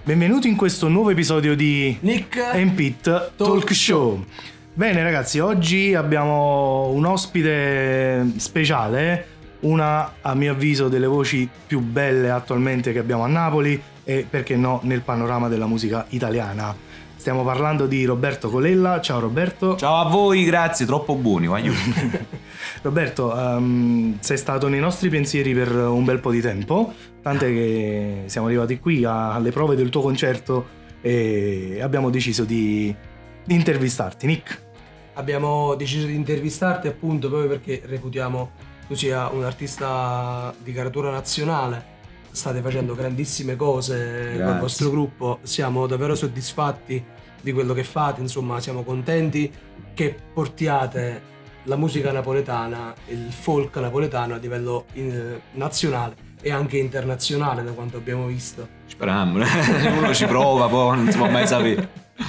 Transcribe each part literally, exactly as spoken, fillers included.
Benvenuti in questo nuovo episodio di Nick and Pete Talk, Talk Show. Show. Bene ragazzi, oggi abbiamo un ospite speciale, una a mio avviso delle voci più belle attualmente che abbiamo a Napoli e perché no nel panorama della musica italiana. Stiamo parlando di Roberto Colella. Ciao Roberto. Ciao a voi, grazie, troppo buoni, voglio. Roberto, um, sei stato nei nostri pensieri per un bel po' di tempo, tant'è che siamo arrivati qui a, alle prove del tuo concerto e abbiamo deciso di, di intervistarti. Nick. Abbiamo deciso di intervistarti appunto proprio perché reputiamo tu sia un artista di caratura nazionale. State facendo grandissime cose Grazie. Con il vostro gruppo, siamo davvero soddisfatti di quello che fate, insomma siamo contenti che portiate la musica napoletana, il folk napoletano a livello in, nazionale e anche internazionale da quanto abbiamo visto. Speriamo, uno ci prova, poi non si può mai sapere.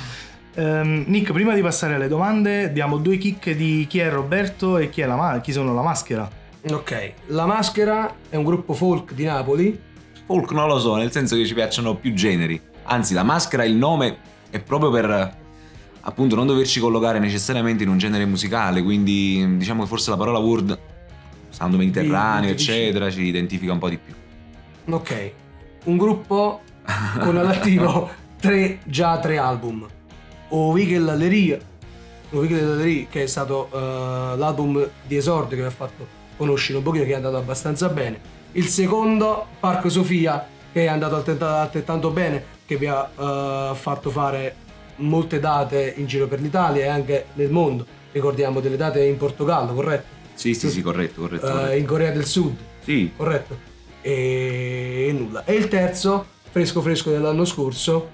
Um, Nick, prima di passare alle domande diamo due chicche di chi è Roberto e chi, è la ma- chi sono La Maschera. Ok, La Maschera è un gruppo folk di Napoli. Folk non lo so, nel senso che ci piacciono più generi. Anzi, La Maschera, il nome è proprio per appunto non doverci collocare necessariamente in un genere musicale, quindi diciamo che forse la parola word, sound mediterraneo, eccetera, ci identifica un po' di più. Ok, un gruppo con all'attivo tre, già tre album. O Vighe Lalleria, O Vighe Lalleria, che è stato uh, l'album di esordio che vi ha fatto conoscere un pochino, che è andato abbastanza bene. Il secondo, Parco Sofia, che è andato altrettanto bene, che vi ha uh, fatto fare molte date in giro per l'Italia e anche nel mondo. Ricordiamo delle date in Portogallo, corretto? Sì, sì, sì, corretto, corretto, corretto. Uh, in Corea del Sud, sì, corretto. E... e nulla. E il terzo, fresco fresco dell'anno scorso,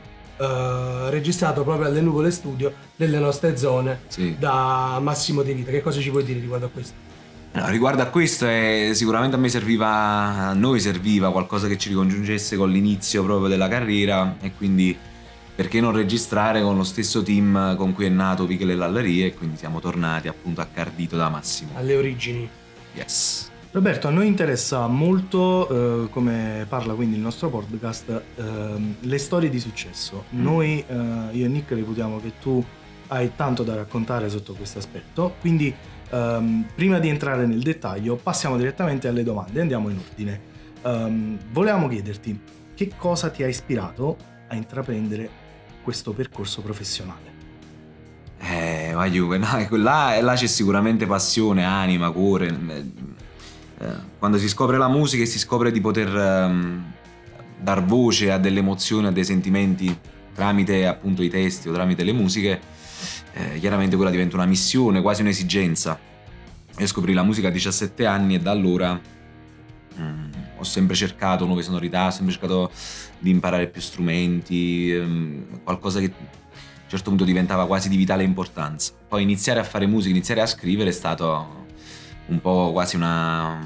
uh, registrato proprio alle Nuvole Studio delle nostre zone, sì, da Massimo De Vita. Che cosa ci puoi dire riguardo a questo? No, riguardo a questo, è, sicuramente a me serviva, a noi serviva qualcosa che ci ricongiungesse con l'inizio proprio della carriera e quindi perché non registrare con lo stesso team con cui è nato Vighe Lalleria e quindi siamo tornati appunto a Cardito da Massimo. Alle origini. Yes. Roberto, a noi interessa molto, eh, come parla quindi il nostro podcast, eh, le storie di successo. Mm. Noi, eh, io e Nick, reputiamo che tu hai tanto da raccontare sotto questo aspetto, quindi Um, prima di entrare nel dettaglio passiamo direttamente alle domande, andiamo in ordine. Um, volevamo chiederti che cosa ti ha ispirato a intraprendere questo percorso professionale. Eh, ma Juve, no, là, là c'è sicuramente passione, anima, cuore. Eh, quando si scopre la musica e si scopre di poter um, dar voce a delle emozioni, a dei sentimenti tramite appunto i testi o tramite le musiche, Eh, chiaramente quella diventa una missione, quasi un'esigenza. Io scoprì la musica a diciassette anni e da allora mm, ho sempre cercato nuove sonorità, ho sempre cercato di imparare più strumenti, ehm, qualcosa che a un certo punto diventava quasi di vitale importanza. Poi iniziare a fare musica, iniziare a scrivere è stato un po' quasi una,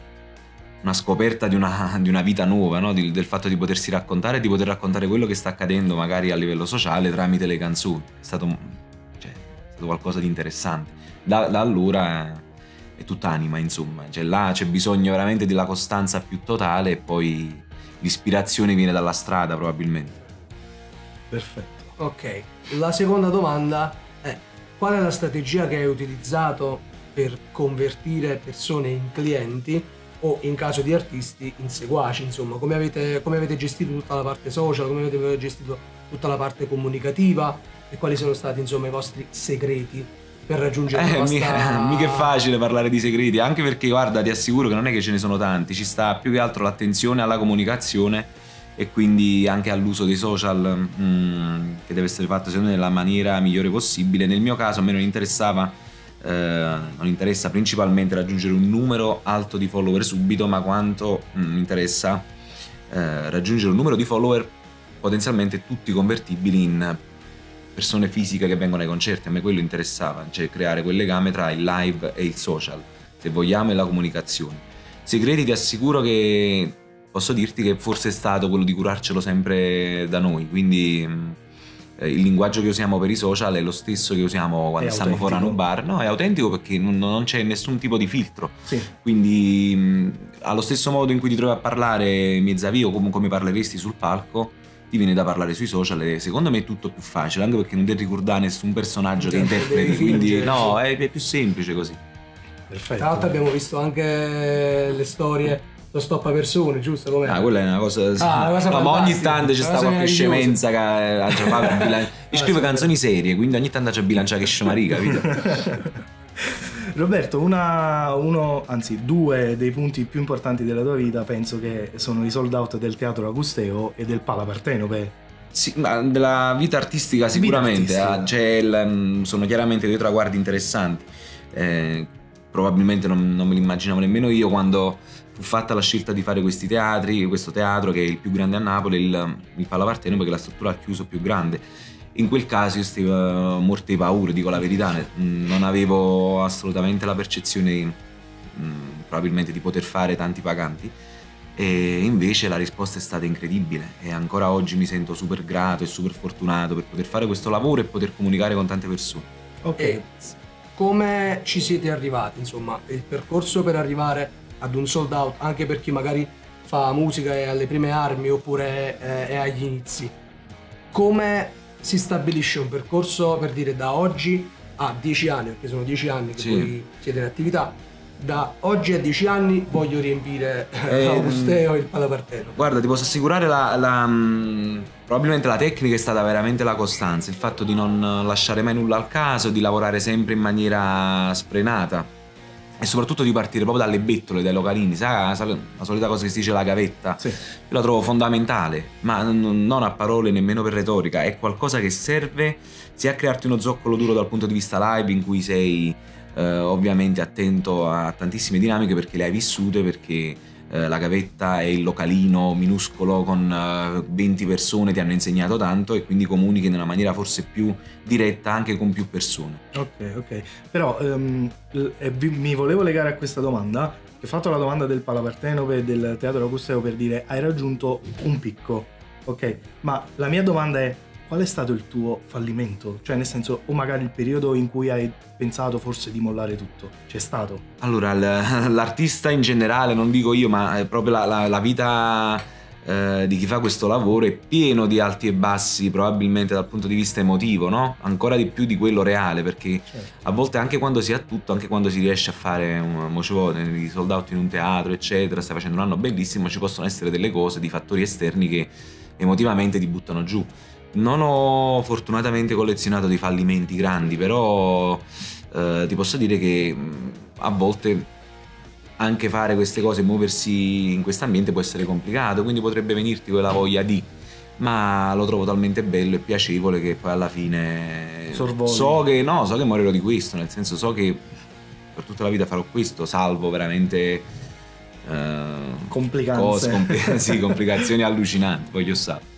una scoperta di una, di una vita nuova, no? di, del fatto di potersi raccontare e di poter raccontare quello che sta accadendo magari a livello sociale tramite le canzoni. È stato qualcosa di interessante. Da, da allora è, è tutta anima, insomma, cioè là c'è bisogno veramente della costanza più totale e poi l'ispirazione viene dalla strada probabilmente. Perfetto. Ok, la seconda domanda è: qual è la strategia che hai utilizzato per convertire persone in clienti o in caso di artisti in seguaci, insomma, come avete, come avete gestito tutta la parte social, come avete gestito tutta la parte comunicativa e quali sono stati insomma i vostri segreti per raggiungere eh, la vostra... mica, mica è facile parlare di segreti, anche perché guarda, ti assicuro che non è che ce ne sono tanti, ci sta più che altro l'attenzione alla comunicazione e quindi anche all'uso dei social, mh, che deve essere fatto secondo me nella maniera migliore possibile. Nel mio caso a me non interessava eh, non interessa principalmente raggiungere un numero alto di follower subito, ma quanto mi interessa eh, raggiungere un numero di follower potenzialmente tutti convertibili in persone fisiche che vengono ai concerti. A me quello interessava, cioè creare quel legame tra il live e il social, se vogliamo, e la comunicazione. Segreti, ti assicuro che posso dirti che forse è stato quello di curarcelo sempre da noi, quindi eh, il linguaggio che usiamo per i social è lo stesso che usiamo quando stiamo fuori a un bar. No, è autentico perché non, non c'è nessun tipo di filtro, sì. Quindi mh, allo stesso modo in cui ti trovi a parlare vis-à-vis o comunque mi parleresti sul palco, ti viene da parlare sui social e secondo me è tutto più facile, anche perché non devi ricordare nessun personaggio che interpreti, quindi no, è, è più semplice così. Perfetto. Tra l'altro abbiamo visto anche le storie, lo stoppa persone, giusto? Com'è? Ah, quella è una cosa, Ah, una cosa ma ogni fantastica, tanto c'è una sta cosa qualche meravigliosa. scemenza che ha già fatto bilan- e scrive sì, canzoni serie, quindi ogni tanto c'è bilancia che scemari, capito? Roberto, una, uno, anzi due dei punti più importanti della tua vita penso che sono i sold out del Teatro Agusteo e del Pala Partenope. Sì, ma della vita artistica sicuramente, Vita ah, artistica. c'è il- sono chiaramente due traguardi interessanti. Eh, probabilmente non, non me li immaginavo nemmeno io quando fu fatta la scelta di fare questi teatri, questo teatro che è il più grande a Napoli, il, il Pala Partenope, che è la struttura al chiuso più grande. In quel caso io stavo morto di paura, dico la verità, non avevo assolutamente la percezione mh, probabilmente di poter fare tanti paganti, e invece la risposta è stata incredibile e ancora oggi mi sento super grato e super fortunato per poter fare questo lavoro e poter comunicare con tante persone. Ok. E come ci siete arrivati, insomma, il percorso per arrivare ad un sold out, anche per chi magari fa musica e alle prime armi oppure è, è agli inizi, come si stabilisce un percorso per dire da oggi a dieci anni, perché sono dieci anni che Sì. voi siete in attività, da oggi a dieci anni voglio riempire Eh, l'Augusteo e il Pala Partenope. Guarda, ti posso assicurare la, la, mh, probabilmente la tecnica è stata veramente la costanza, il fatto di non lasciare mai nulla al caso, di lavorare sempre in maniera sfrenata e soprattutto di partire proprio dalle bettole, dai localini, sai, la solita cosa che si dice la gavetta. Sì. Io la trovo fondamentale, ma n- non a parole, nemmeno per retorica, è qualcosa che serve sia a crearti uno zoccolo duro dal punto di vista live, in cui sei eh, ovviamente attento a tantissime dinamiche perché le hai vissute, perché eh, la gavetta e il localino minuscolo con eh, venti persone ti hanno insegnato tanto e quindi comunichi nella maniera forse più diretta anche con più persone. Ok, ok. Però ehm, l- e vi- mi volevo legare a questa domanda. Ti ho fatto la domanda del Pala Partenope e del Teatro Agusteo per dire hai raggiunto un picco, ok? Ma la mia domanda è qual è stato il tuo fallimento? Cioè nel senso, o magari il periodo in cui hai pensato forse di mollare tutto. C'è stato? Allora, l- l'artista in generale, non dico io, ma è proprio la, la- la vita eh, di chi fa questo lavoro è pieno di alti e bassi, probabilmente dal punto di vista emotivo, no? Ancora di più di quello reale, perché Certo. a volte anche quando si ha tutto, anche quando si riesce a fare un mocevote, i sold out in un teatro, eccetera, stai facendo un anno bellissimo, ci possono essere delle cose, di fattori esterni che emotivamente ti buttano giù. Non ho fortunatamente collezionato dei fallimenti grandi, però eh, ti posso dire che mh, a volte anche fare queste cose, muoversi in questo ambiente può essere complicato, quindi potrebbe venirti quella voglia di, ma lo trovo talmente bello e piacevole che poi alla fine Sorvoli. so che no, so che morirò di questo, nel senso so che per tutta la vita farò questo, salvo veramente eh, Complicanze. cose, compli- sì, complicazioni allucinanti, voglio sapere.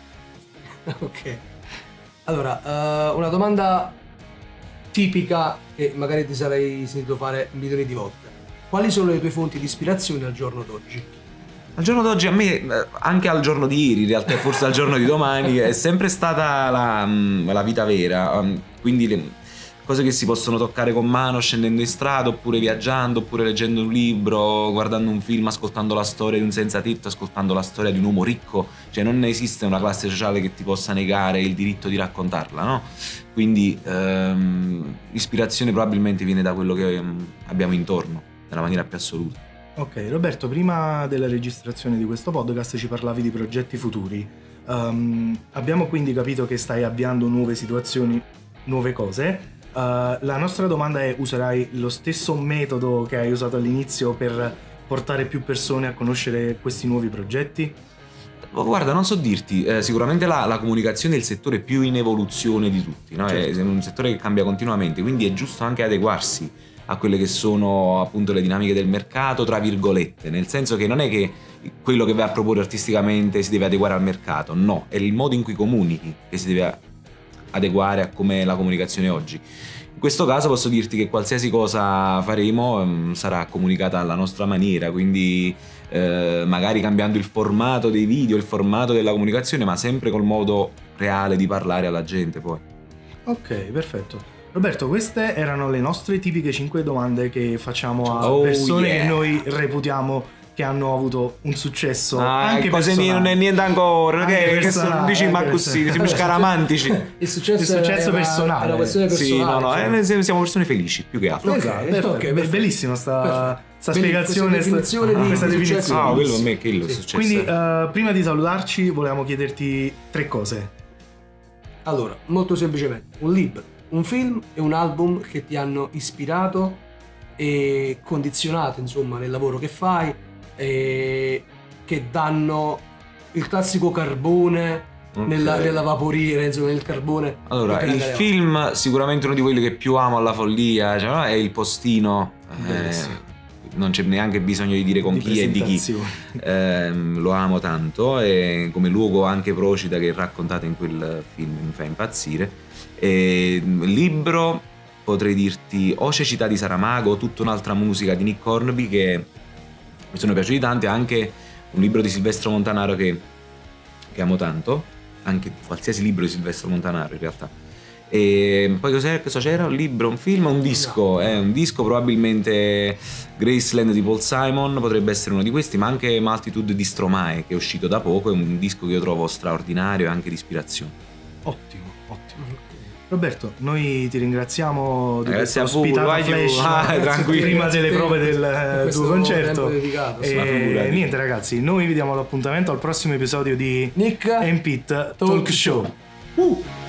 Ok. Allora, eh, una domanda tipica che magari ti sarei sentito fare milioni di volte. Quali sono le tue fonti di ispirazione al giorno d'oggi? Al giorno d'oggi a me, eh, anche al giorno di ieri, in realtà forse al giorno di domani, è sempre stata la, mm, la vita vera, um, quindi le cose che si possono toccare con mano scendendo in strada, oppure viaggiando, oppure leggendo un libro, guardando un film, ascoltando la storia di un senza tetto, ascoltando la storia di un uomo ricco, cioè non esiste una classe sociale che ti possa negare il diritto di raccontarla, no? Quindi ehm, l'ispirazione probabilmente viene da quello che ehm, abbiamo intorno, nella maniera più assoluta. Ok, Roberto, prima della registrazione di questo podcast ci parlavi di progetti futuri. Um, abbiamo quindi capito che stai avviando nuove situazioni, nuove cose. Uh, la nostra domanda è: userai lo stesso metodo che hai usato all'inizio per portare più persone a conoscere questi nuovi progetti? Guarda, non so dirti, eh, sicuramente la, la comunicazione è il settore più in evoluzione di tutti, no? Certo. È un settore che cambia continuamente, quindi è giusto anche adeguarsi a quelle che sono appunto le dinamiche del mercato, tra virgolette, nel senso che non è che quello che vai a proporre artisticamente si deve adeguare al mercato, no, è il modo in cui comunichi che si deve adeguare a come è la comunicazione oggi. In questo caso posso dirti che qualsiasi cosa faremo um, sarà comunicata alla nostra maniera, quindi eh, magari cambiando il formato dei video, il formato della comunicazione, ma sempre col modo reale di parlare alla gente poi. Ok, perfetto. Roberto, queste erano le nostre tipiche cinque domande che facciamo a Oh, persone yeah. che noi reputiamo che hanno avuto un successo Ah, anche cose mie personale. non è niente ancora, Anche che, che personale, sono, dici anche ma così, siamo scaramantici. Il successo, Il successo era- personale. era una questione Sì, no, personale. no, cioè. eh, noi siamo persone felici più che altro. Ok, Esatto, perfetto. ok, perfetto. Bellissima sta, Perfetto. sta Belli- spiegazione, questa definizione sta- di- questa di definizione. successo. Ah, quello a me che è Sì. successo. Quindi eh, prima di salutarci volevamo chiederti tre cose. Allora, molto semplicemente, un libro, un film e un album che ti hanno ispirato e condizionato, insomma, nel lavoro che fai, e che danno il classico carbone Ok. nella, nella vaporire, insomma, nel carbone. Allora, per il andare film sicuramente uno di quelli che più amo alla follia, cioè, no? È Il Postino. eh, Bellissimo. non c'è neanche bisogno di dire con chi e di chi. presentazione. Ehm, lo amo tanto e come luogo anche Procida che è raccontato in quel film mi fa impazzire. E, libro potrei dirti o Cecità di Saramago, tutta un'altra musica di Nick Hornby che mi sono piaciuti tanto, e anche un libro di Silvestro Montanaro che, che amo tanto, anche qualsiasi libro di Silvestro Montanaro in realtà. E poi cos'era? Cosa c'era? Un libro, un film, un disco, eh, un disco probabilmente Graceland di Paul Simon potrebbe essere uno di questi, ma anche Multitude di Stromae che è uscito da poco, è un disco che io trovo straordinario e anche di ispirazione. Ottimo, ottimo. Roberto, noi ti ringraziamo di Grazie questa a voi, ospitata vai giù. flash Ah, tranquilli. prima delle prove del Per eh, questo tuo concerto. tempo dedicato, sì. Ma E figurati. niente ragazzi, noi vi diamo l'appuntamento al prossimo episodio di Nick M P T Talk, Talk Show. Show. Uh!